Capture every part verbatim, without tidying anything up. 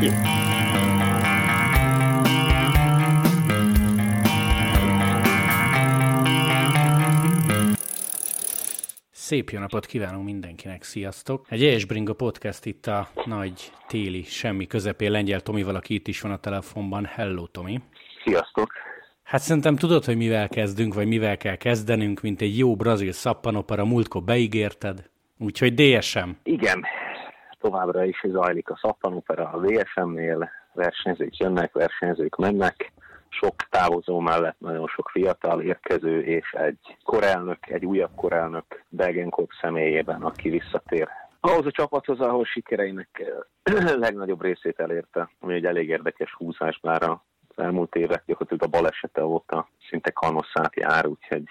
Szép jó napot kívánunk mindenkinek, sziasztok! Egy Jegyes Bringa podcast itt a nagy téli semmi közepén Lengyel Tomival, aki itt is van a telefonban. Hello, Tomi! Sziasztok! Hát szerintem tudod, hogy mivel kezdünk, vagy mivel kell kezdenünk, mint egy jó brazil szappanopera, múltkor beígérted. Úgyhogy dé es em. Igen, továbbra is zajlik a szappanopera a dé es em-nél, versenyzők jönnek, versenyzők mennek. Sok távozó mellett nagyon sok fiatal érkező, és egy korelnök, egy újabb korelnök Degenkop személyében, aki visszatér ahhoz a csapathoz, ahol sikereinek legnagyobb részét elérte, ami egy elég érdekes húzás, bár az elmúlt évek gyakorlatilag a balesete óta szinte kanosszát jár, úgyhogy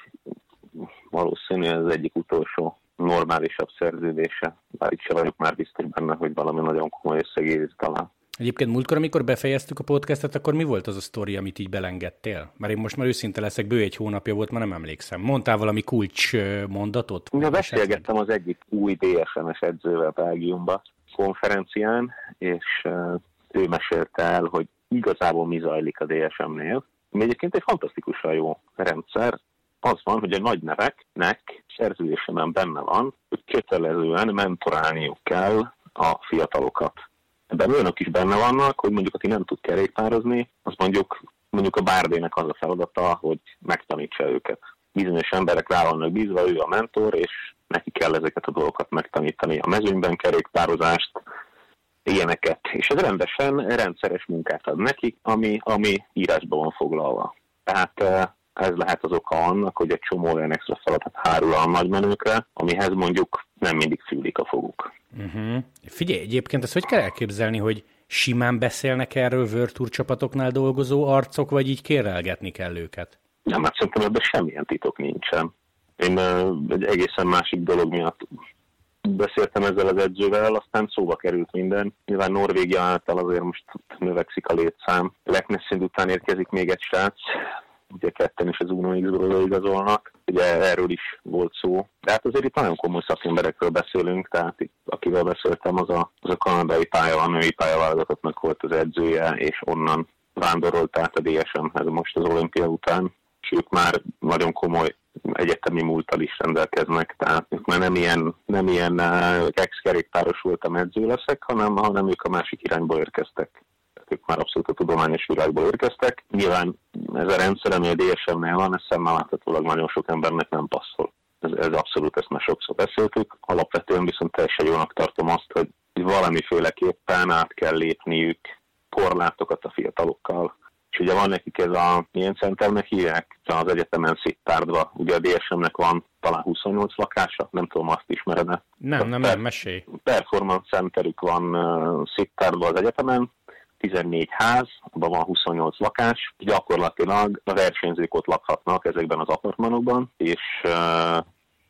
valószínűleg ez egyik utolsó normálisabb szerződése, bár itt se vagyok már biztos benne, hogy valami nagyon komoly összegérit talán. Egyébként múltkor, amikor befejeztük a podcastet, akkor mi volt az a sztori, amit így belengedtél? Mert én most már őszinte leszek, bő egy hónapja volt, már nem emlékszem. Mondtál valami kulcs mondatot? Ja, beszélgettem az egyik új dé es em-es edzővel Belgiumban konferencián, és ő mesélte el, hogy igazából mi zajlik a dé es em-nél. Mi egyébként egy fantasztikusan jó rendszer. Az van, hogy a nagy neveknek szerződésemen benne van, hogy kötelezően mentorálniuk kell a fiatalokat. Ebben olyanok is benne vannak, hogy mondjuk, aki nem tud kerékpározni, az mondjuk, mondjuk a Bárdének az a feladata, hogy megtanítsa őket. Bizonyos emberek rá vannak bízva, ő a mentor, és neki kell ezeket a dolgokat megtanítani. A mezőnyben kerékpározást, ilyeneket. És ez rendesen rendszeres munkát ad nekik, ami, ami írásban van foglalva. Tehát ez lehet az oka annak, hogy egy csomó olyan extra feladat hárul a nagymenőkre, amihez mondjuk nem mindig fűlik a foguk. Uh-huh. Figyelj, egyébként ezt hogy kell elképzelni, hogy simán beszélnek erről World Tour csapatoknál dolgozó arcok, vagy így kérelgetni kell őket? Nem, hát szerintem ebben semmilyen titok nincsen. Én uh, egy egészen másik dolog miatt beszéltem ezzel az edzővel, aztán szóba került minden. Nyilván Norvégia által azért most növekszik a létszám. Leknesszind után érkezik még egy srác, ugye ketten is az Uno X-ről igazolnak, ugye erről is volt szó. De hát azért itt nagyon komoly szakemberekről beszélünk, tehát itt, akivel beszéltem, az a, az a kanadai pálya, a női pályaválogatottnak volt az edzője, és onnan vándorolt át a dé es em-hez most az olimpia után, és ők már nagyon komoly egyetemi múlttal is rendelkeznek, tehát ők már nem ilyen, nem ilyen ex-kerékpáros voltam edző leszek, hanem, hanem ők a másik irányból érkeztek. Ők már abszolút a tudományos világból érkeztek. Nyilván ez a rendszer, ami a dé es em-nél van, ez szemmel láthatólag nagyon sok embernek nem passzol. Ez, ez abszolút, ezt már sokszor beszéltük. Alapvetően viszont teljesen jónak tartom azt, hogy valamiféleképpen át kell lépniük korlátokat a fiatalokkal. És ugye van nekik ez a, milyen centernek hívják? Az egyetemen Szittardva. Ugye a dé es em-nek van talán huszonnyolc lakása, nem tudom, azt ismered-e? Nem, nem, nem, mesélj. Performance centerük van uh, Szittardva az egyetemen, tizennégy ház, abban van huszonnyolc lakás, gyakorlatilag a versenyzők ott lakhatnak ezekben az apartmanokban, és uh,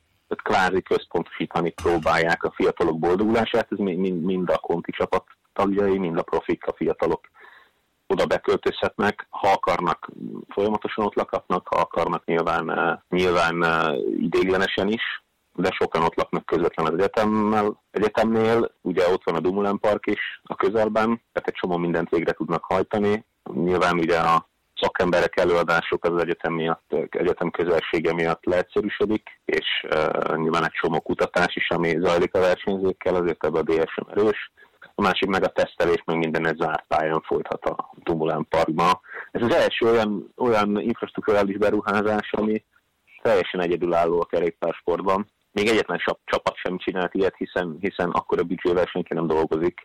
kvázi központosítani próbálják a fiatalok boldogulását, ez mind, mind a konti csapat tagjai, mind a profik, a fiatalok oda beköltözhetnek, ha akarnak, folyamatosan ott lakhatnak, ha akarnak, nyilván, uh, nyilván uh, idéglenesen is, de sokan ott laknak közvetlen az egyetemmel, egyetemnél, ugye ott van a Dumoulin Park is a közelben, tehát egy csomó mindent végre tudnak hajtani. Nyilván ugye a szakemberek előadások az egyetem miatt, egyetem közelsége miatt leegyszerűsödik, és uh, nyilván egy csomó kutatás is, ami zajlik a versenyzőkkel, azért ebben a dé es em erős. A másik meg a tesztelés, meg minden egy zárt pályán folythat a Dumoulin Parkban. Ez az első olyan, olyan infrastrukturális beruházás, ami teljesen egyedülálló a kerékpársportban. Még egyetlen csapat sem csinált ilyet, hiszen, hiszen akkor a büdzsével senki nem dolgozik,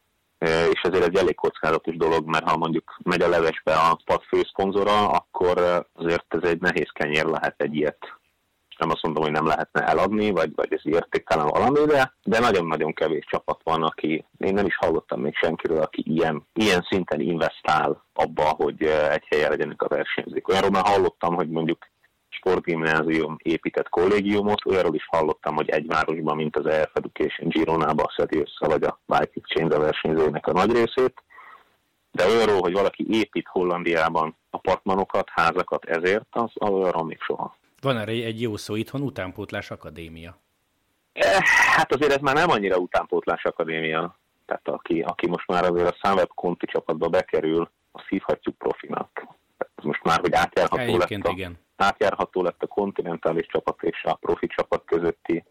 és ezért egy elég kockázatos dolog, mert ha mondjuk megy a levesbe a pad főszponzora, akkor azért ez egy nehéz kenyér lehet egy ilyet. Nem azt mondom, hogy nem lehetne eladni, vagy, vagy ez értéktelen valami, de, de nagyon-nagyon kevés csapat van, aki, én nem is hallottam még senkiről, aki ilyen, ilyen szinten investál abba, hogy egy helyen legyenek a versenyzők. Olyanról már hallottam, hogy mondjuk sportgimnázium épített kollégiumot, olyanról is hallottam, hogy egy városban, mint az e ef Education Gironában szedi össze, vagy a Bike Exchange versenyzőnek a nagy részét, de olyanról, hogy valaki épít Hollandiában apartmanokat, házakat ezért, az olyanról még soha. Van erre egy jó szó itthon, utánpótlás akadémia. Hát azért ez már nem annyira utánpótlás akadémia. Tehát aki, aki most már azért a Sunweb Conti csapatba bekerül, azt hívhatjuk profinak. Ez most már, hogy átjárható lett, a, igen. átjárható lett a kontinentális csapat és a profi csapat közötti,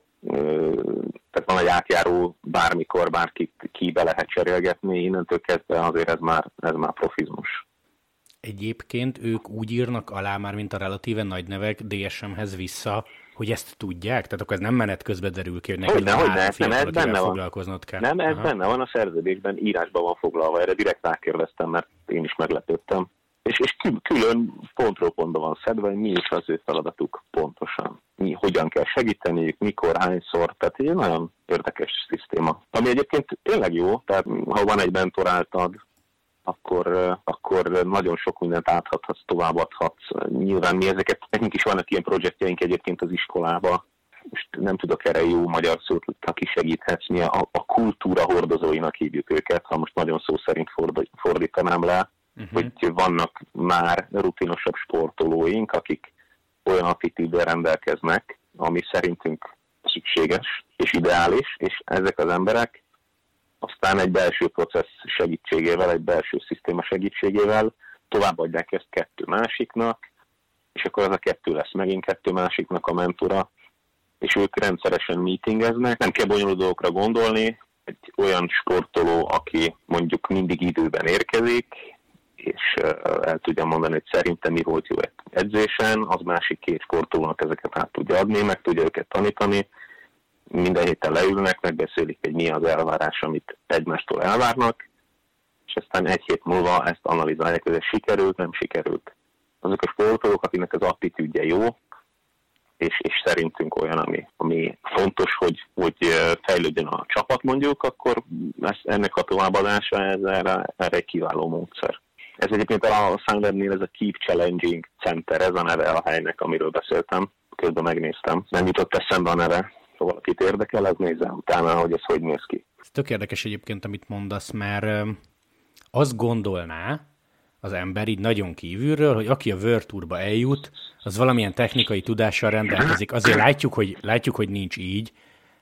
tehát van egy átjáró, bármikor bárki ki be lehet cserélgetni, innentől kezdve azért ez már, ez már profizmus. Egyébként ők úgy írnak alá már, mint a relatíve nagy nevek dé es em-hez vissza, hogy ezt tudják? Tehát akkor ez nem menet közben derül ki, hogy neked hogyne, hogyne, nem, ez benne foglalkoznod kell. Nem, ez Aha. benne van a szerződésben, írásban van foglalva, erre direkt rákérdeztem, mert én is meglepődtem. És, és külön pontról pontba van szedve, hogy mi is az ő feladatuk pontosan. Mi, hogyan kell segíteniük, mikor, hányszor, tehát egy nagyon érdekes szisztéma. Ami egyébként tényleg jó, tehát ha van egy mentoráltad, akkor, akkor nagyon sok mindent áthathatsz, továbbadhatsz. Nyilván mi ezeket, nekünk is vannak ilyen projektjeink egyébként az iskolába. Most nem tudok erre jó magyar szót, aki segíthetsz, mi a, a kultúra hordozóinak hívjuk őket, ha most nagyon szó szerint fordítanám le, uh-huh. hogy vannak már rutinosabb sportolóink, akik olyan attitűddel rendelkeznek, ami szerintünk szükséges és ideális, és ezek az emberek aztán egy belső processz segítségével, egy belső szisztéma segítségével továbbadják ezt kettő másiknak, és akkor az a kettő lesz megint kettő másiknak a mentora, és ők rendszeresen meetingeznek. Nem kell bonyolult dolgokra gondolni, egy olyan sportoló, aki mondjuk mindig időben érkezik, és el tudja mondani, hogy szerintem mi volt jó edzésen, az másik két sportolónak ezeket át tudja adni, meg tudja őket tanítani, minden héten leülnek, megbeszélik, hogy mi az elvárás, amit egymástól elvárnak, és aztán egy hét múlva ezt analizálják, hogy ez sikerült, nem sikerült. Azok a sportolók, akinek az attitűdje jó, és, és szerintünk olyan, ami, ami fontos, hogy, hogy fejlődjön a csapat mondjuk, akkor ez, ennek a továbbadása ez erre, erre egy kiváló módszer. Ez egyébként a Sunwebnél ez a Keep Challenging Center, ez a neve a helynek, amiről beszéltem, közben megnéztem. Nem jutott eszembe a neve. Ha valakit érdekel, az nézze utána, hogy ez hogy néz ki. Ez tök érdekes egyébként, amit mondasz, mert azt gondolná az ember így nagyon kívülről, hogy aki a World Tourba eljut, az valamilyen technikai tudással rendelkezik. Azért látjuk, hogy, látjuk, hogy nincs így,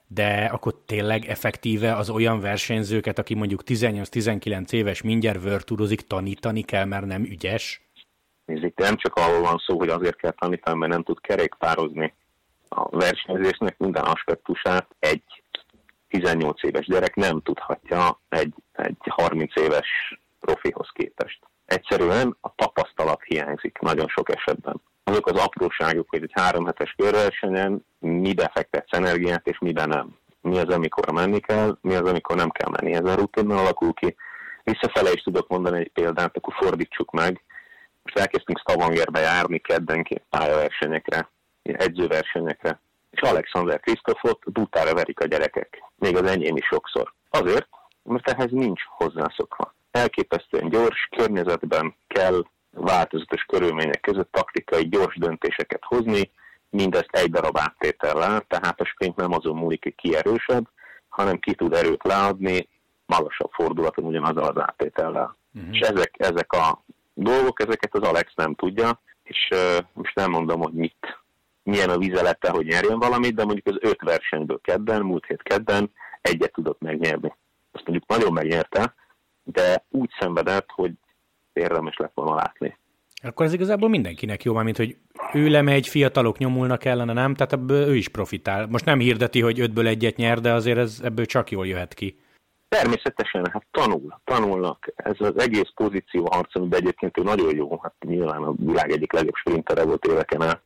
de akkor tényleg effektíve az olyan versenyzőket, aki mondjuk tizennyolc-tizenkilenc éves mindjárt World Tourozik, tanítani kell, mert nem ügyes? Nézzük, nem csak arról van szó, hogy azért kell tanítani, mert nem tud kerékpározni. A versenyzésnek minden aspektusát egy tizennyolc éves gyerek nem tudhatja egy, egy harminc éves profihoz képest. Egyszerűen a tapasztalat hiányzik nagyon sok esetben. Azok az apróságok, hogy egy három hetes körversenyen mibe fektetsz energiát, és mibe nem. Mi az, amikor menni kell, mi az, amikor nem kell menni. Ez a rutinnal alakul ki. Visszafele is tudok mondani egy példát, akkor fordítsuk meg. Most elkezdtünk Stavangerbe járni keddenként pályaversenyekre, edzőversenyekre, és Alexander Krisztofot butára verik a gyerekek. Még az enyém is sokszor. Azért, mert ehhez nincs hozzászokva. Elképesztően gyors környezetben kell változatos körülmények között taktikai gyors döntéseket hozni, mindezt egy darab áttétellel, tehát a sprint nem azon múlik, hogy ki erősebb, hanem ki tud erőt leadni magasabb fordulaton ugyanazzal az áttétellel. Uh-huh. És ezek, ezek a dolgok, ezeket az Alex nem tudja, és uh, most nem mondom, hogy mit, milyen a vizelete, hogy nyerjen valamit, de mondjuk az öt versenyből kedden, múlt hét kedden egyet tudott megnyerni. Azt mondjuk nagyon megnyerte, de úgy szenvedett, hogy érdemes lett volna látni. Akkor ez igazából mindenkinek jó, mint hogy ő lemegy, fiatalok nyomulnak ellene, nem? Tehát ebből ő is profitál. Most nem hirdeti, hogy ötből egyet nyer, de azért ez, ebből csak jól jöhet ki. Természetesen, hát tanul, tanulnak. Ez az egész pozícióharc, amiben egyébként ő nagyon jó, hát nyilván a világ egyik legjobb sprintere volt éveken át,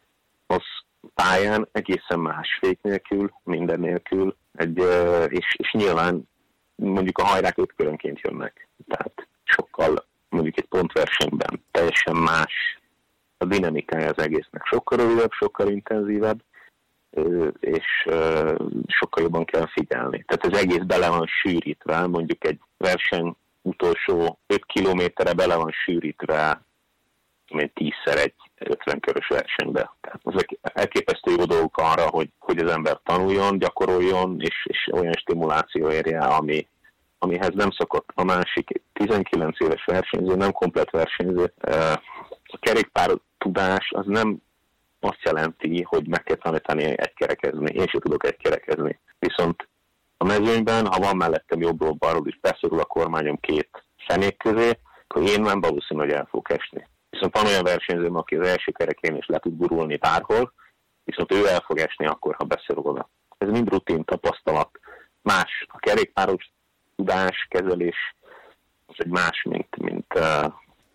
az pályán egészen más fék nélkül, minden nélkül, egy, és, és nyilván mondjuk a hajrák öt körönként jönnek. Tehát sokkal, mondjuk egy pontversenyben teljesen más a dinamikája az egésznek. Sokkal rövidebb, sokkal intenzívebb, és sokkal jobban kell figyelni. Tehát az egész bele van sűrítve, mondjuk egy verseny utolsó öt kilométerre bele van sűrítve, mint tízszer egy ötven körös versenybe. Tehát ezek elképesztő jó dolgok arra, hogy, hogy az ember tanuljon, gyakoroljon, és, és olyan stimuláció érje, ami, amihez nem szokott. A másik tizenkilenc éves versenyző, nem komplett versenyző. A kerékpár tudás az nem azt jelenti, hogy meg kell tanítani egykerekezni. Én sem tudok egykerekezni. Viszont A mezőnyben, ha van mellettem jobbról balról is beszorul a kormányom két fenék közé, akkor én nem valószínű, hogy el fog esni. Viszont van olyan versenyzőm, aki az első kerekén is le tud gurulni bárhol, viszont ő el fog esni akkor, ha beszorulna. Ez mind rutin, tapasztalat. Más a kerékpáros tudás, kezelés, az egy más, mint, mint, uh,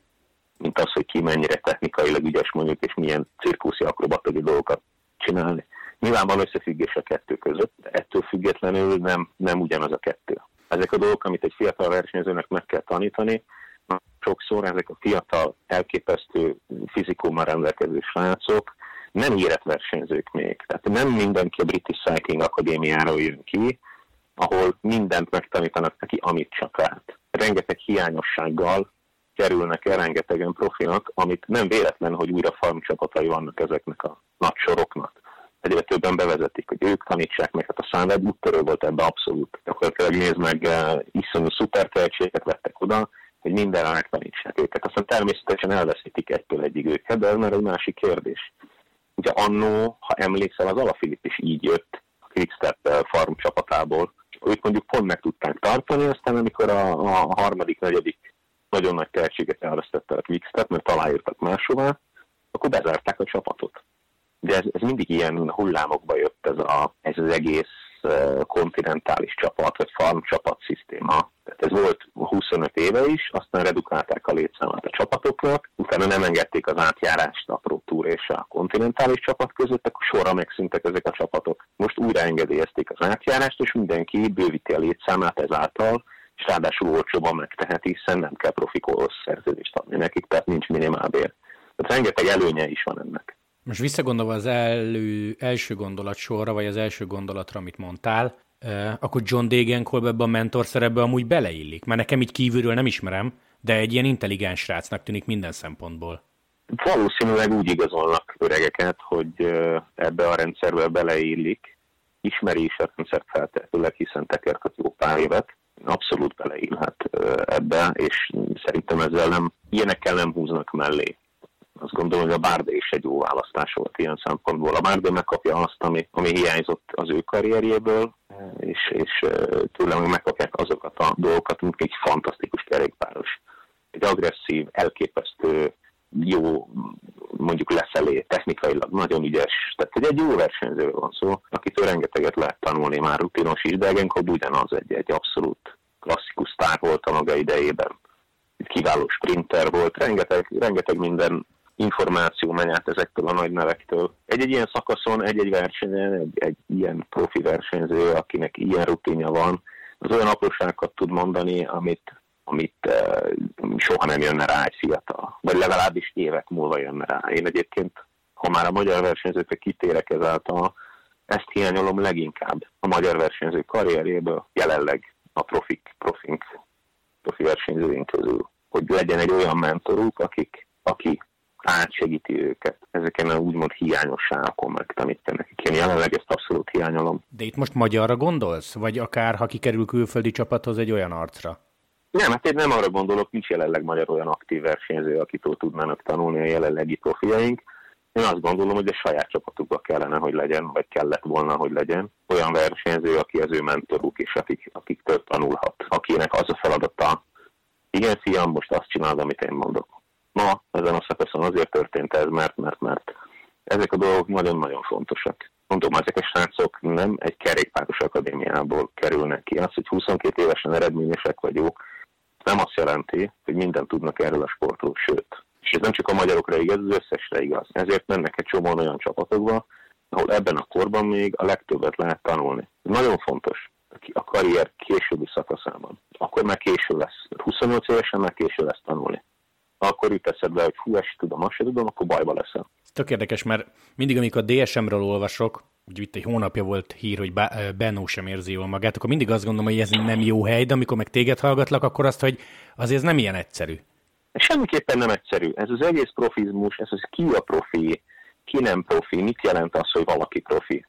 mint az, hogy ki mennyire technikailag ügyes mondjuk, és milyen cirkuszi akrobatai dolgokat csinálni. Nyilván van összefüggés a kettő között, de ettől függetlenül nem, nem ugyanaz a kettő. Ezek a dolgok, amit egy fiatal versenyzőnek meg kell tanítani, sokszor ezek a fiatal, elképesztő fizikummal rendelkező srácok nem érett versenyzők még. Tehát nem mindenki a British Cycling Akadémiára jön ki, ahol mindent megtanítanak neki, amit csak lehet. Rengeteg hiányossággal kerülnek el rengetegen profinak, amit nem véletlen, hogy újra farm csapatai vannak ezeknek a nagy soroknak. Egyre többen bevezetik, hogy ők tanítsák meg, hát a Sunweb úttörő volt ebbe abszolút. Gyakorlatilag nézd meg, uh, iszonyú szupertehetségeket vettek oda, hogy mindenre megtanítsák őket. Aztán természetesen elveszítik egytől egyig őket, de ez már egy másik kérdés. Ugye annó, ha emlékszel, az Alaphilipp is így jött a Quickstep farm csapatából. Ők mondjuk pont meg tudták tartani, aztán amikor a, a harmadik, negyedik nagyon nagy tehetséget elvesztette a Quickstep, mert aláírtak máshová, akkor bezárták a csapatot. De ez, ez mindig ilyen hullámokba jött ez, a, ez az egész uh, kontinentális csapat, vagy farm csapat szisztéma. Tehát ez volt huszonöt éve is, aztán redukálták a létszámát a csapatoknak, utána nem engedték az átjárást a Pro Tour és a kontinentális csapat között, akkor sorra megszűntek ezek a csapatok. Most újra engedélyezték az átjárást, és mindenki bővíti a létszámát ezáltal, és ráadásul olcsóban megteheti, hiszen nem kell profikolhoz szerződést adni nekik, tehát nincs minimálbér. Tehát rengeteg előnye is van ennek. Most visszagondolva az elő, első gondolat sorra, vagy az első gondolatra, amit mondtál, eh, akkor John Degenkolb ebbe a mentor szerepbe amúgy beleillik. Mert nekem így kívülről nem ismerem, de egy ilyen intelligens srácnak tűnik minden szempontból. Valószínűleg úgy igazolnak öregeket, hogy ebbe a rendszerbe beleillik. Ismeri is a rendszert feltétlenül, hiszen tekerket jó pár évet. Abszolút beleillhet ebbe, és szerintem ezzel nem, ilyenekkel nem húznak mellé. Azt gondolom, hogy a Bardet is egy jó választás volt ilyen szempontból. A Bardet megkapja azt, ami, ami hiányzott az ő karrierjéből, és, és tőlem megkapják azokat a dolgokat, mint egy fantasztikus kerékpáros. Egy agresszív, elképesztő, jó, mondjuk lefelé, technikailag nagyon ügyes. Tehát egy jó versenyzőről van szó, akitől rengeteget lehet tanulni, már rutinos is, de Degenkolb ugyanaz egy, egy abszolút klasszikus sztár volt a maga idejében. Egy kiváló sprinter volt, rengeteg, rengeteg minden információ megy át ezektől a nagy nevektől. Egy-egy ilyen szakaszon, egy-egy versenyen, egy, egy ilyen profi versenyző, akinek ilyen rutinja van, az olyan apróságokat tud mondani, amit, amit uh, soha nem jönne rá egy fiatal. Vagy legalábbis évek múlva jönne rá. Én egyébként, ha már a magyar versenyzőkre kitérek ezáltal, ezt hiányolom leginkább a magyar versenyző karrierjéből, jelenleg a profik, profink, profi versenyzőink közül. Hogy legyen egy olyan mentoruk, akik, aki átsegíti őket. Ezeken a úgymond hiányosságokon megtanítja nekik. Én jelenleg ezt abszolút hiányolom. De itt most magyarra gondolsz? Vagy akár, ha kikerül külföldi csapathoz, egy olyan arcra? Nem, hát én nem arra gondolok, nincs jelenleg magyar olyan aktív versenyző, akitől tudnának tanulni a jelenlegi profiaink. Én azt gondolom, hogy a saját csapatukban kellene, hogy legyen, vagy kellett volna, hogy legyen. Olyan versenyző, aki az ő mentoruk, és akik, akiktől tanulhat. Akinek az a feladata, igen, fiam, most azt csinálod, amit én mondok. Ma ezen a szakaszon azért történt ez, mert, mert, mert ezek a dolgok nagyon-nagyon fontosak. Mondom, ezek a srácok nem egy kerékpáros akadémiából kerülnek ki. Az, hogy huszonkét évesen eredményesek vagyok, nem azt jelenti, hogy mindent tudnak erről a sportról, sőt. És ez nem csak a magyarokra igaz, az összesre igaz. Ezért mennek egy csomó olyan csapatokba, ahol ebben a korban még a legtöbbet lehet tanulni. Ez nagyon fontos a karrier későbbi szakaszában. Akkor már késő lesz. huszonnyolc évesen már késő lesz tanulni. Akkor jut eszedbe, hogy hú, ezt tudom, azt sem tudom, akkor bajba leszel. Tök érdekes, mert mindig, amikor a dé es em-ről olvasok, ugye itt egy hónapja volt hír, hogy Benno sem érzi jól magát, akkor mindig azt gondolom, hogy ez nem jó hely, de amikor meg téged hallgatlak, akkor azt, hogy azért ez nem ilyen egyszerű. Semmiképpen nem egyszerű. Ez az egész profizmus, ez az ki a profi, ki nem profi, mit jelent az, hogy valaki profi.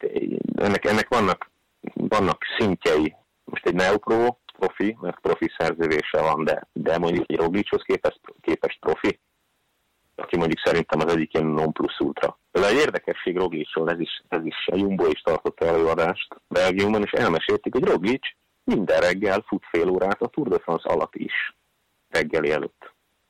Ennek, ennek vannak, vannak szintjei. Most egy neopro profi, mert profi szerződése van, de, de mondjuk egy Roglichoz képest, képest profi, aki mondjuk szerintem az egyik ilyen non plus ultra. De egy érdekesség Roglicról, ez is, ez is a Jumbo is tartott előadást Belgiumban, és elmesélték, hogy Roglic minden reggel fut fél órát a Tour de France alatt is, reggeli előtt.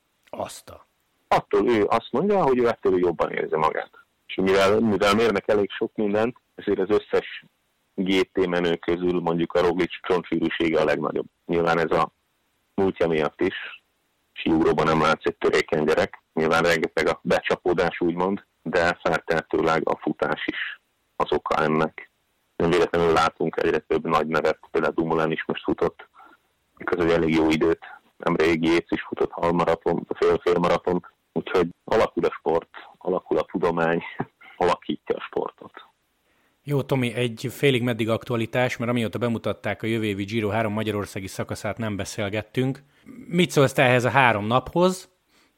Azt a... Attól ő azt mondja, hogy ő ettől jobban érzi magát. És mivel, mivel mérnek elég sok mindent, ezért az összes gé té menő közül mondjuk a Roglic csontsűrűsége a legnagyobb. Nyilván ez a múltja miatt is, síugróban nem látsz egy törékeny gyerek, nyilván rengeteg a becsapódás úgymond, de feltehetőleg a futás is az oka ennek. Nem véletlenül látunk egyre több nagy nevet, például Dumoulin is most futott, mikor egy elég jó időt, nemrég Yates is futott halmaraton, fél-félmaraton, úgyhogy alakul a sport, alakul a tudomány, alakítja a sportot. Jó, Tomi, egy félig meddig aktualitás, mert amióta bemutatták a jövő évi Giro három magyarországi szakaszát, nem beszélgettünk. Mit szólsz te ehhez a három naphoz?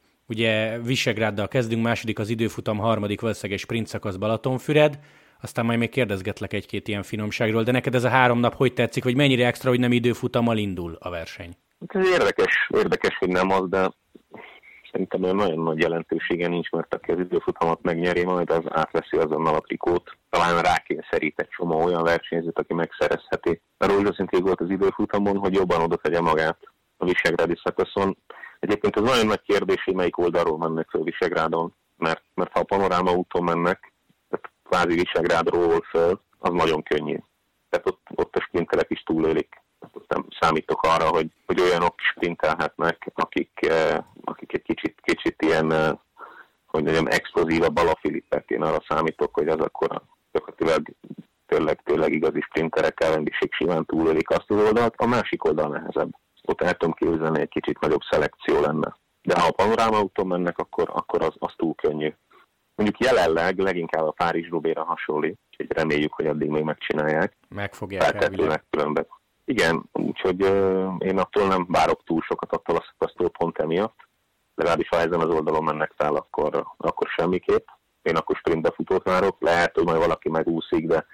Ugye Visegráddal kezdünk, második az időfutam, harmadik valószínűleg egy sprint szakasz Balatonfüred, aztán majd még kérdezgetlek egy-két ilyen finomságról, de neked ez a három nap hogy tetszik, vagy mennyire extra, hogy nem időfutammal indul a verseny? Ez érdekes, érdekes, hogy nem az, de szerintem nagyon nagy jelentősége nincs, mert aki az időfutamot megnyeri, majd az átveszi azonnal a trikót. Talán rákényszerít egy csomó olyan versenyzőt, aki megszerezheti. Mert rózsaszintén volt az időfutamon, hogy jobban oda tegye magát a visegrádi szakaszon. Egyébként ez nagyon nagy kérdés, hogy melyik oldalról mennek föl Visegrádon, mert, mert ha a panoráma úton mennek, tehát kvázi Visegrádról föl, az nagyon könnyű. Tehát ott, ott a sprinterek is túlélik. Nem számítok arra, hogy, hogy olyanok sprintelhetnek, akik, akik egy kicsit, kicsit ilyen, hogy mondjam, explozívabb Alaphilippek. Én arra számítok, hogy az akkor gyakorlatilag tényleg, tényleg igazi sprinterekkel rendiség simán túlélik azt az oldalt. A másik oldal nehezebb. Ott el tudom képzelni, egy kicsit nagyobb szelekció lenne. De ha a panoráma úton mennek, akkor, akkor az, az túl könnyű. Mondjuk jelenleg leginkább a Párizs-Roubaix-ra hasonlít, úgyhogy reméljük, hogy addig még megcsinálják. Meg fogják elvileg. Különben. Igen, úgyhogy uh, én attól nem várok túl sokat attól a szakasztól pont emiatt. Legalábbis ha ezen az oldalon mennek fel, akkor, akkor semmiképp. Én akkor sprintbe futót várok. Lehet, hogy majd valaki megúszik, de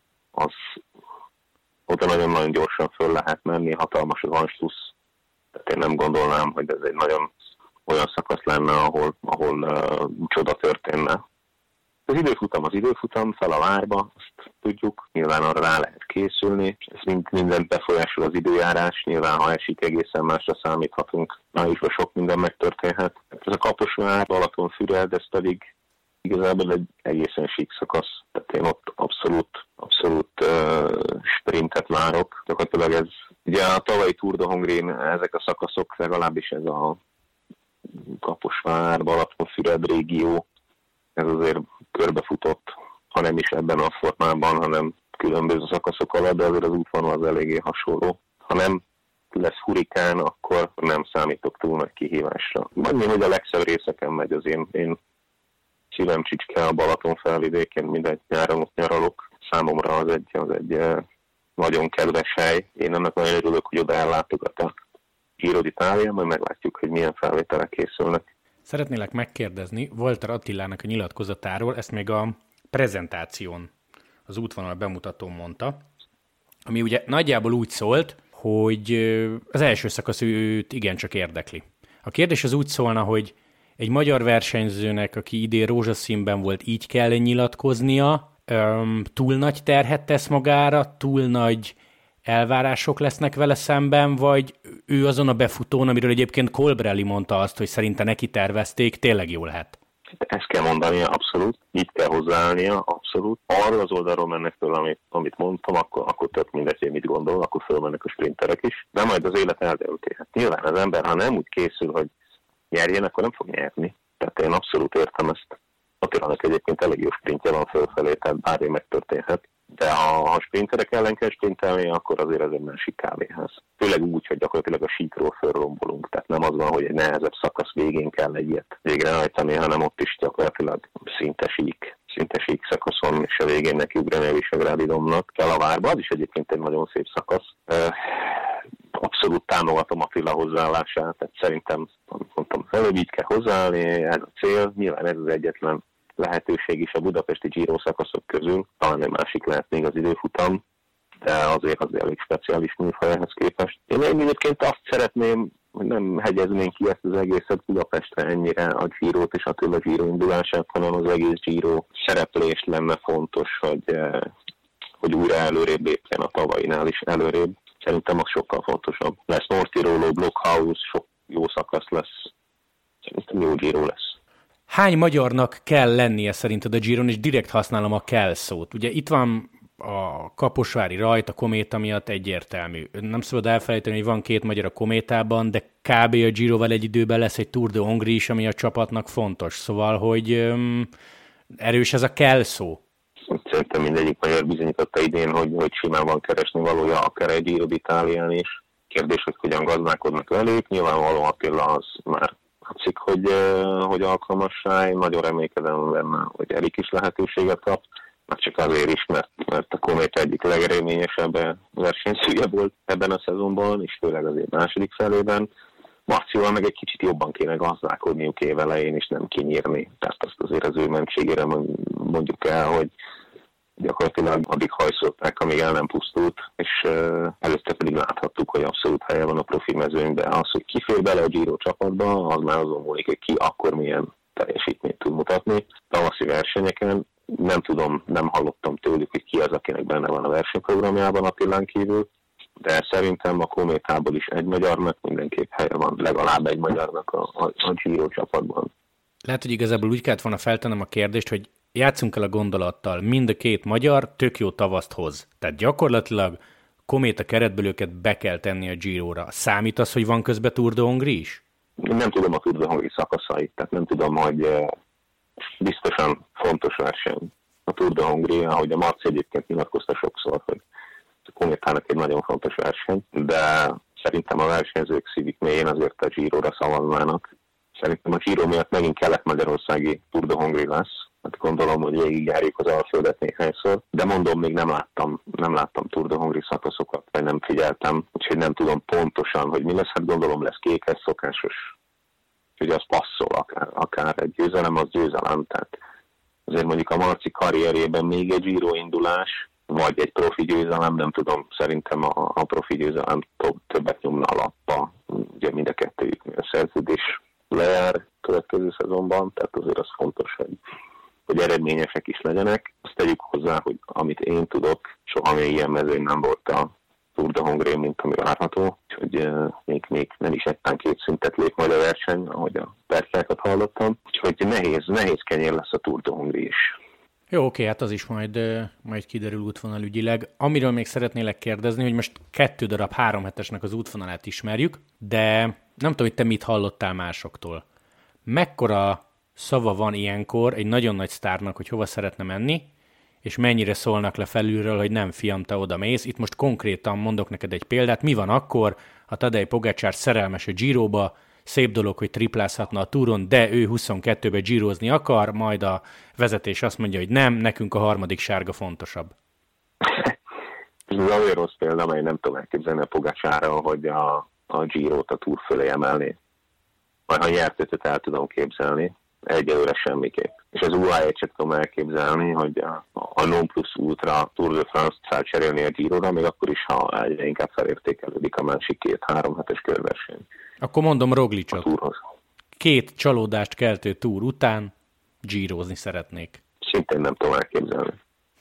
az oda nagyon-nagyon gyorsan föl lehet menni, hatalmas az anslusz. Tehát én nem gondolnám, hogy ez egy nagyon olyan szakasz lenne, ahol, ahol uh, csoda történne. Az időfutam az időfutam, fel a várba, azt tudjuk, nyilván arra rá lehet készülni, ez mind, mindent befolyásol az időjárás, nyilván ha esik, egészen másra számíthatunk, májusban sok minden megtörténhet. Ez a Kaposvár, Balatonfüred, ez pedig igazából egy egészen sík szakasz, tehát én ott abszolút, abszolút uh, sprintet várok. Gyakorlatilag ez, ugye a tavalyi Tour de Hongrin ezek a szakaszok, legalábbis ez a Kaposvár, Balatonfüred régió, ez azért körbefutott, ha nem is ebben a formában, hanem különböző szakaszok alatt, de azért az útvonal az eléggé hasonló. Ha nem lesz hurikán, akkor nem számítok túl nagy kihívásra. Annyi, hogy a legszebb részeken megy az én, én szívem csicske a Balaton felvidékén, mindegy nyáron ott nyaralok. Számomra az egy, az egy nagyon kedves hely. Én ennek nagyon örülök, hogy oda ellátogat a Giro d'Italia, majd meglátjuk, hogy milyen felvételek készülnek. Szeretnélek megkérdezni Walter Attilának a nyilatkozatáról, ezt még a prezentáción, az útvonal bemutatón mondta, ami ugye nagyjából úgy szólt, hogy az első szakasz őt igencsak érdekli. A kérdés az úgy szólna, hogy egy magyar versenyzőnek, aki idén rózsaszínben volt, így kell nyilatkoznia, öm, túl nagy terhet tesz magára, túl nagy elvárások lesznek vele szemben, vagy ő azon a befutón, amiről egyébként Colbrelli mondta azt, hogy szerinte neki tervezték, tényleg jól lehet? Ezt kell mondania, abszolút. Így kell hozzáállnia, abszolút. Arról az oldalról mennek föl, amit, amit mondtam, akkor, akkor tök mindegy, hogy mit gondol, akkor fölmennek a sprinterek is. De majd az élet eldönti. Hát nyilván az ember, ha nem úgy készül, hogy nyerjen, akkor nem fog nyerni. Tehát én abszolút értem ezt. Attilának egyébként elég jó sprintje van fölfelé, tehát bármi megtörténhet. De ha a sprinterek ellen kell sprintelni, akkor azért ez egy másik kávéház. Főleg úgy, hogy gyakorlatilag a síkról fölrombolunk. Tehát nem az van, hogy egy nehezebb szakasz végén kell egy ilyet végrehajtani, hanem ott is gyakorlatilag szinte sík, szinte sík szakaszon, és a végén nekiugrani a Visegrádi dombnak kell a várba. Az is egyébként egy nagyon szép szakasz. Abszolút támogatom Attila hozzáállását, tehát szerintem, amit mondtam, előbb így kell hozzáállni, ez a cél. Nyilván ez az egyetlen lehetőség is a budapesti Giro szakaszok közül, talán egy másik lehet még az időfutam, de azért az elég speciális műfaj ehhez képest. Én egyébként azt szeretném hogy nem hegyeznénk ki ezt az egészet Budapestre ennyire, a Girót és Attila Giro indulását, hanem az egész Giro szereplést lenne fontos, hogy, hogy újra előrébb lépjen a tavainál is előrébb. Szerintem az sokkal fontosabb. Lesz North-Tiroló, Blockhaus, sok jó szakasz lesz. Szerintem jó Giro lesz. Hány magyarnak kell lennie szerinted a Giron, és direkt használom a kell szót? Ugye itt van a kaposvári rajt, a Kométa miatt egyértelmű. Nem szabad elfelejteni, hogy van két magyar a Kométában, de kb. A Giroval egy időben lesz egy Tour de Hongrie is, ami a csapatnak fontos. Szóval, hogy öm, erős ez a kell szó. Szerintem mindegyik magyar bizonyította idén, hogy, hogy simán van keresni valója, akár egy Giro d'Italián is. Kérdés, hogy hogyan gazdálkodnak velük. Nyilvánvalóan Attila az már látszik, hogy, hogy alkalmassá. Én nagyon remélkedem benne, hogy Erik is lehetőséget kap. Már csak azért is, mert, mert a Kométa egyik legreményesebb versenyzője volt ebben a szezonban, és főleg azért második felében. Marcival meg egy kicsit jobban kéne gazdálkodniuk évelején, és nem kinyírni. Tehát azt azért az ő mentségére mondjuk el, hogy gyakorlatilag addig hajszolták, amíg el nem pusztult, és uh, előtte pedig láthattuk, hogy abszolút helye van a profi mezőnyben. Az, hogy ki fér bele a Giro csapatba, az már azon múlik, hogy ki akkor milyen teljesítményt tud mutatni. Tavaszi versenyeken nem tudom, nem hallottam tőlük, hogy ki az, akinek benne van a versenyprogramjában Attilán kívül, de szerintem a Kométából is egy magyarnak mindenképp helye van, legalább egy magyarnak a, a, a Giro csapatban. Lehet, hogy igazából úgy kellett volna feltennem a kérdést, hogy játszunk el a gondolattal, mind a két magyar tök jó tavaszt hoz. Tehát gyakorlatilag Kométa keretből őket be kell tenni a Giróra. Számít az, hogy van közben Tour de Hongrie is? Én nem tudom a Tour de Hongrie szakaszait, tehát nem tudom, hogy biztosan fontos verseny a Tour de Hongrie, ahogy a Marci egyébként nyilatkozta sokszor, hogy a Kométának egy nagyon fontos verseny, de szerintem a versenyzők szívik mélyén azért a Giróra szavaznának. Szerintem a Giro miatt megint kelet-magyarországi Tour de Hongrie lesz. Hát gondolom, hogy végigjárjuk az Alföldet néhányszor, de mondom, még nem láttam, nem láttam Tour de Hongrie szakaszokat, vagy nem figyeltem, úgyhogy nem tudom pontosan, hogy mi lesz. Hát gondolom lesz kékes, szokásos, hogy az passzol, akár, akár egy győzelem, az győzelem. Tehát azért mondjuk a Marci karrierjében még egy Giro indulás, vagy egy profi győzelem, nem tudom, szerintem a, a profi győzelem többet nyomna a lappa, ugye mind a kettőjüknél a szerződés lejár következő szezonban, tehát azért az fontos, hogy, hogy eredményesek is legyenek. Azt tegyük hozzá, hogy amit én tudok, soha még ilyen mezőn nem volt a Tour de Hongrie, mint ami várható, úgyhogy uh, még, még nem is egytán két szintet lép majd a verseny, ahogy a percákat hallottam, úgyhogy nehéz, nehéz kenyér lesz a Tour de Hongrie is. Jó, oké, hát az is majd, majd kiderül útvonalügyileg. Amiről még szeretnélek kérdezni, hogy most kettő darab három hetesnek az útvonalát ismerjük, de nem tudom, hogy te mit hallottál másoktól. Mekkora szava van ilyenkor egy nagyon nagy sztárnak, hogy hova szeretne menni, és mennyire szólnak le felülről, hogy nem fiam, te oda mész. Itt most konkrétan mondok neked egy példát. Mi van akkor, ha Tadej Pogačar szerelmes a Giróba, szép dolog, hogy triplázhatna a túron, de ő huszonkettőbe Girozni akar, majd a vezetés azt mondja, hogy nem, nekünk a harmadik sárga fontosabb. Ez az olyan rossz példa, amely nem tudom elképzelni a Pogačarral, hogy a, a Girót a túr fölé emelni. Majd ha nyert ötöt el tudom képzelni, egyelőre semmiképp. És az u á egy sem tudom elképzelni, hogy a, a non plus ultra Tour de France-t felcserélni a Giróra, még akkor is, ha egyre inkább felértékelődik a másik két-három hetes körverseny. Akkor mondom Roglicot. Két csalódást keltő túr után Girozni szeretnék. Szintén nem tudom elképzelni.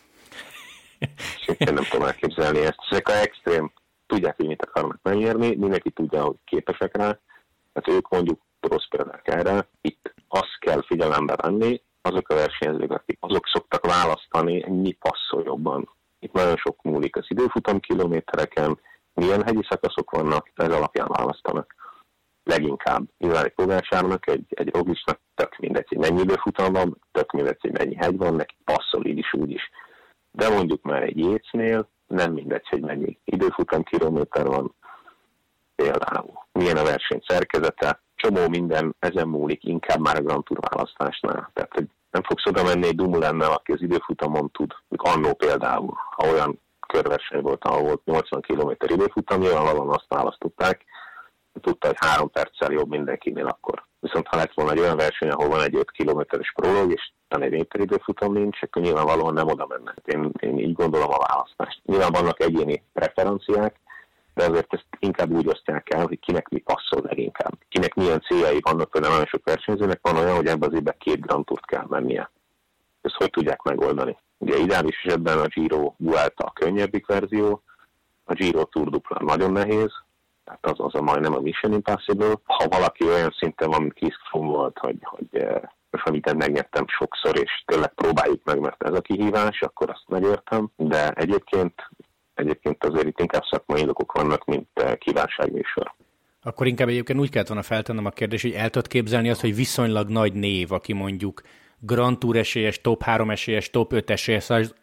Szintén nem tudom elképzelni ezt. Ezek a extrém, tudják, hogy mit akarnak megnyerni, mindenki tudja, hogy képesek rá. Hát ők mondjuk rossz példák erre. Itt azt kell figyelembe venni, azok a versenyzők, akik azok szoktak választani, mi passzol jobban. Itt nagyon sok múlik az időfutam kilométereken, milyen hegyi szakaszok vannak, ez alapján választanak. Leginkább. Nyilván egy Pogačarnak, egy, egy Roglicnak tök mindegy, hogy mennyi időfutam van, tök mindegy, hogy mennyi hegy van, neki passzol így is, úgy is. De mondjuk már egy Yates-nél nem mindegy, hogy mennyi időfutam kilométer van, például milyen a verseny szerkezete, csomó minden ezen múlik, inkább már a Grand Tour választásnál. Tehát, hogy nem fogsz oda menni egy Dumoulin-nel, aki az időfutamon tud, annó például, ha olyan körverseny volt, ahol volt nyolcvan kilométer időfutam, nyilvánvalóan azt választották, tudta, hogy három perccel jobb mindenkinél akkor. Viszont ha lett volna egy olyan verseny, ahol van egy öt kilométeres prolog, és egy méter időfutam nincs, akkor nyilvánvalóan nem oda menne. Én, én így gondolom a választást. Nyilván vannak egyéni preferenciák, de azért ezt inkább úgy osztják el, hogy kinek mi passzol leginkább. Kinek milyen céljai vannak, például nagyon sok versenyzőnek van olyan, hogy ebben az évben két Grand Tourt kell mennie. Ezt hogy tudják megoldani? Ugye ideális esetben a Giro Vuelta a könnyebbik verzió, a Giro Tour dupla nagyon nehéz, tehát az, az a majdnem a Mission Impossible. Ha valaki olyan szinten van, mint Keith Froome volt, hogy, hogy most amit megnyertem sokszor, és tényleg próbáljuk meg, mert ez a kihívás, akkor azt megértem, de egyébként, egyébként azért itt inkább szakmai indokok vannak, mint kívánságműsor. Akkor inkább egyébként úgy kellett volna feltennem a kérdést, hogy el tudod képzelni azt, hogy viszonylag nagy név, aki mondjuk Grand Tour esélyes, top három esélyes, top öt esélyes,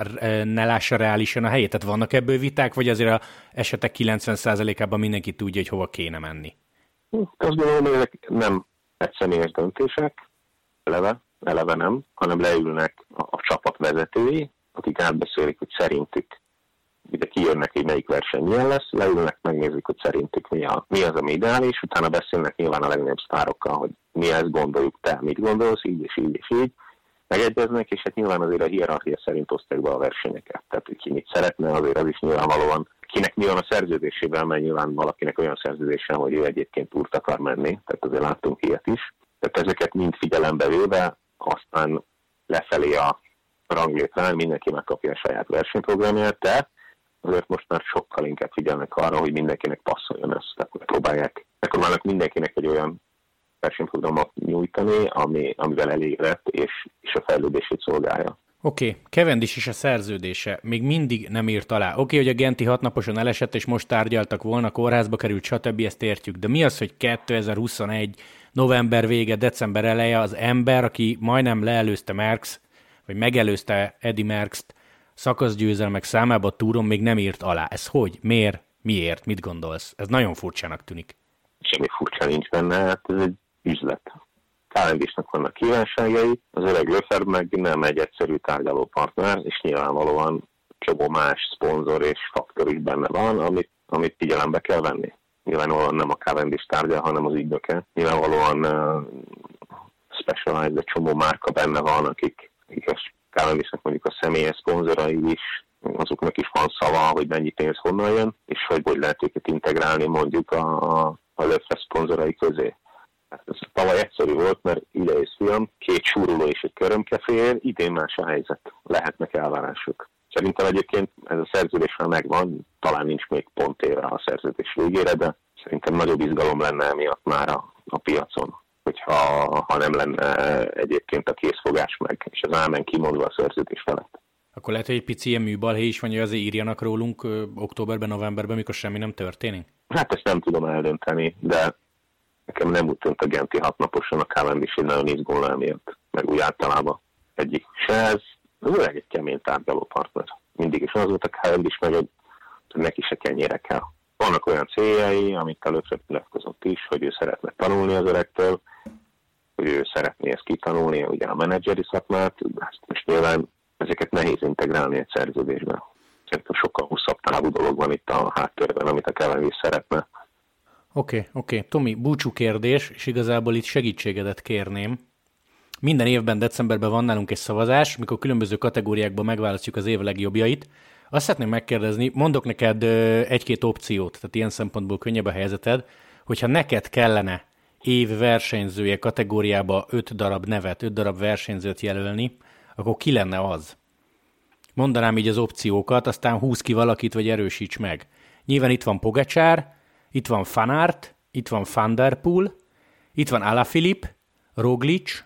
ne lássa reálisan a helyét? Tehát vannak ebből viták, vagy azért az esetek kilencven százalékában mindenki tudja, hogy hova kéne menni? Azt gondolom, hogy ezek nem egyszemélyes döntések, eleve, eleve nem, hanem leülnek a, a csapat vezetői, akik átbeszélik, hogy szerintük ide kijönnek, hogy melyik verseny milyen lesz, leülnek, megnézik, hogy szerintük mi, a, mi az, ami ideális, utána beszélnek nyilván a legnagyobb sztárokkal, hogy mi ezt gondoljuk, te mit gondolsz, így és így és így, megegyeznek, és hát nyilván azért a hierarchia szerint osztják be a versenyeket. Tehát, hogy ki mit szeretne, azért az is nyilvánvalóan, kinek mi van a szerződésében, mert nyilván valakinek olyan szerződése, hogy ő egyébként túrt akar menni, tehát azért láttunk ilyet is. Tehát ezeket mind figyelembe véve, aztán lefelé a ranglétrán mindenki megkapja a saját versenyprogramját, de azért most már sokkal inkább figyelnek arra, hogy mindenkinek passzoljon ezt, tehát próbálják. Megpróbálnak mindenkinek egy olyan versenyprogramot nyújtani, ami, amivel elégedett, és, és a fejlődését szolgálja. Oké, okay. Cavendish is a szerződése még mindig nem írt alá. Oké, okay, hogy a Genti hatnaposon elesett, és most tárgyaltak volna, kórházba került, stb. Ezt értjük. De mi az, hogy kétezer-huszonegy november vége, december eleje az ember, aki majdnem leelőzte Merckx, vagy megelőzte Eddy Merckxt szakaszgyőzelmek számába a túron, még nem írt alá. Ez hogy? Miért? Miért? Mit gondolsz? Ez nagyon furcsának tűnik. Semmi furcsa nincs benne, hát ez egy üzlet. Cavendishnek vannak kívánságai, az öreg Löferd meg nem egy egyszerű tárgyalópartner, és nyilvánvalóan csomó más szponzor és faktor is benne van, amit, amit figyelembe kell venni. Nyilvánvalóan nem a Cavendish tárgyal, hanem az ügynöke. Nyilvánvalóan uh, Specialized, egy csomó márka benne van, akik, akik a Cavendishnek mondjuk a személyes szponzorai is, azoknak is van szava, hogy mennyi pénz honnan jön, és hogy hogy lehet őket integrálni mondjuk a, a, a Löfred szponzorai közé. Hát ez tavaly egyszerű volt, mert ide és fiam, két súruló és egy körömkefér, idén más a helyzet. Lehetnek elvárások. Szerintem egyébként ez a szerződés már megvan, talán nincs még pont éve a szerződés végére, de szerintem nagyobb izgalom lenne emiatt már a, a piacon, hogyha ha nem lenne egyébként a készfogás meg, és az ámen kimondva a szerződés felett. Akkor lehet, hogy egy pici ilyen műbalhé is van, hogy azért írjanak rólunk ö, októberben, novemberben, mikor semmi nem történik? Hát ezt nem tudom eldönteni, de nekem nem úgy tűnt a Genti hatnaposan a Cavendish egy nagyon izgulna emiatt, meg úgy általában egyik se ez. Az öreg egy kemény tárgyalópartner. Mindig is az volt a Cavendish, meg egy, hogy neki se kenyére kell. Vannak olyan céljai, amit először nyilatkozott is, hogy ő szeretne tanulni az öregtől, hogy ő szeretné ezt kitanulni, ugye a menedzseri szakmát, ezt most nyilván ezeket nehéz integrálni egy szerződésbe. Szerintem sokkal hosszabb távú dolog van itt a háttérben, amit a Cavendish szeretne. Oké, okay, oké. Okay. Tomi, búcsú kérdés, és igazából itt segítségedet kérném. Minden évben decemberben van nálunk egy szavazás, mikor különböző kategóriákban megválasztjuk az év legjobbjait. Azt szeretném megkérdezni, mondok neked egy-két opciót, tehát ilyen szempontból könnyebb a helyzeted, hogyha neked kellene év versenyzője kategóriába öt darab nevet, öt darab versenyzőt jelölni, akkor ki lenne az? Mondanám így az opciókat, aztán húz ki valakit, vagy erősíts meg. Nyilván itt van Pogačar, itt van Van Aert, itt van Van der Poel, itt van Alaphilippe, Roglic,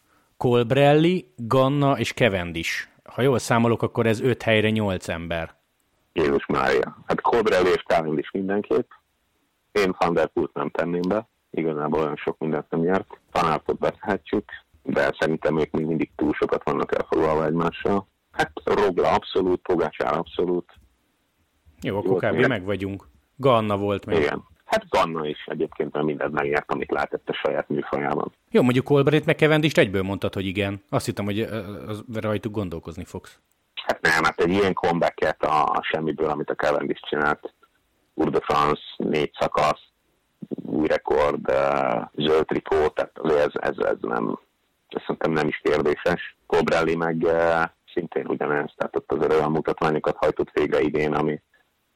Colbrelli, Ganna és Cavendish. Ha jól számolok, akkor ez öt helyre nyolc ember. Jézus Mária. Hát Colbrelli és Cavendish mindenképp. Én Van der Poelt nem tenném be. Igazából olyan sok mindent nem nyert. Van Aertot betehetjük, de szerintem ők még mindig túl sokat vannak elfoglalva egymással. Hát Rogla abszolút, Pogačar abszolút. Jó, akkor kb. Meg vagyunk. Ganna volt még. Igen. Hát Ganna is egyébként már mindent megnyert, amit látett a saját műfajában. Jó, mondjuk Colbrellit meg Cavendisht egyből mondtad, hogy igen. Azt hittem, hogy rajtuk gondolkozni fogsz. Hát nem, hát egy ilyen comebacket a, a semmiből, amit a Cavendish csinált. Tour de France, négy szakasz, új rekord, uh, zöld trikó, tehát azért ez, ez, ez nem, ez szerintem nem is kérdéses. Colbrelli meg uh, szintén ugyanez, tehát ott azért olyan mutatványokat hajtott végre idén, ami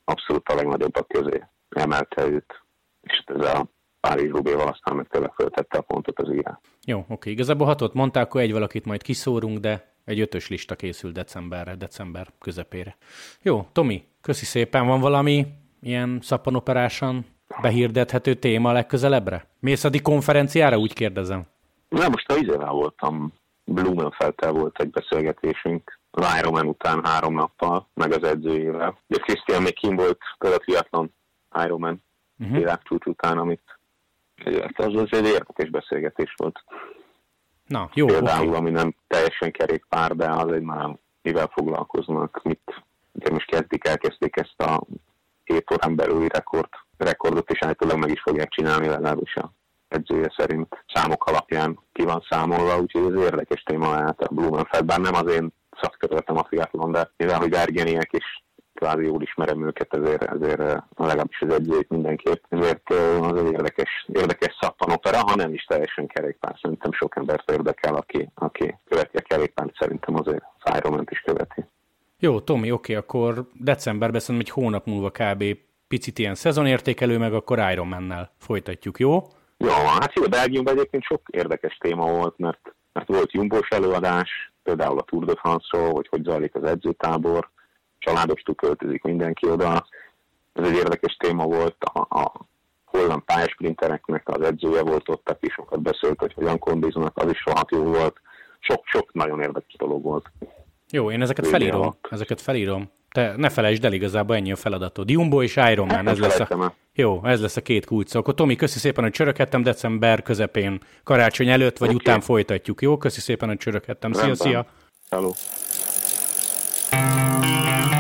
abszolút a legnagyobbak közé emelte őt, és ez a Párizs-Roubaix-val aztán meg tényleg föltette a pontot az írás. Jó, oké. Igazából hatot mondták, akkor egy valakit majd kiszórunk, de egy ötös lista készül decemberre, december közepére. Jó, Tomi, köszi szépen. Van valami ilyen szappanoperásan behirdethető téma legközelebbre? Mész addig konferenciára, úgy kérdezem? Na, most a izével voltam, Blumenfeldtel volt egy beszélgetésünk, az Ironman után három nappal, meg az edzőjével. De Krisztián még kim volt a triatlon Ironman uh-huh. világcsúcs után, amit az, az egy érdekes beszélgetés volt. Na, jó, Például, okay. ami nem teljesen kerékpár, de az egy már mivel foglalkoznak, mit, ugye most kezdik, elkezdték ezt a két órán belüli rekord, rekordot, és állítólag meg is fogják csinálni, legalábbis a edzője szerint számok alapján ki van számolva, úgyhogy ez érdekes téma lehet a Blumenfeld, bár nem az én szakterületem a triatlon, de mivel, hogy Ergeniek is kvázi jól ismerem őket, ezért, ezért legalábbis az edzőjét mindenképp, ezért az egy érdekes, érdekes szappanopera, ha nem is teljesen kerékpár, szerintem sok embert érdekel, aki, aki követi a kerékpárt, szerintem azért az Ironman-t is követi. Jó, Tomi, oké, akkor decemberben szerintem egy hónap múlva kb. Picit ilyen szezonértékelő, meg akkor Ironman-nel folytatjuk, jó? Jó, hát jó, Belgiumban egyébként sok érdekes téma volt, mert, mert volt jumbós előadás, például a Tour de France-ról, hogy hogy zajlik az edzőtábor, családostól költözik mindenki oda. Ez egy érdekes téma volt, a, a holland pályásprintereknek az edzője volt ott, aki sokat beszélt, hogy hogyan kondiznak, az is rohadt jó volt. Sok-sok nagyon érdekes dolog volt. Jó, én ezeket felírom, alatt. ezeket felírom. Te ne felejtsd el, igazából ennyi a feladatod. Jumbo és Ironman, ez lesz a... Jó, ez lesz a két kulcs. Akkor Tomi, köszi szépen, hogy csöröghettem december közepén, karácsony előtt, vagy okay. után folytatjuk, jó? Köszi szépen, hogy csöröghettem. Szia, szia! Hello!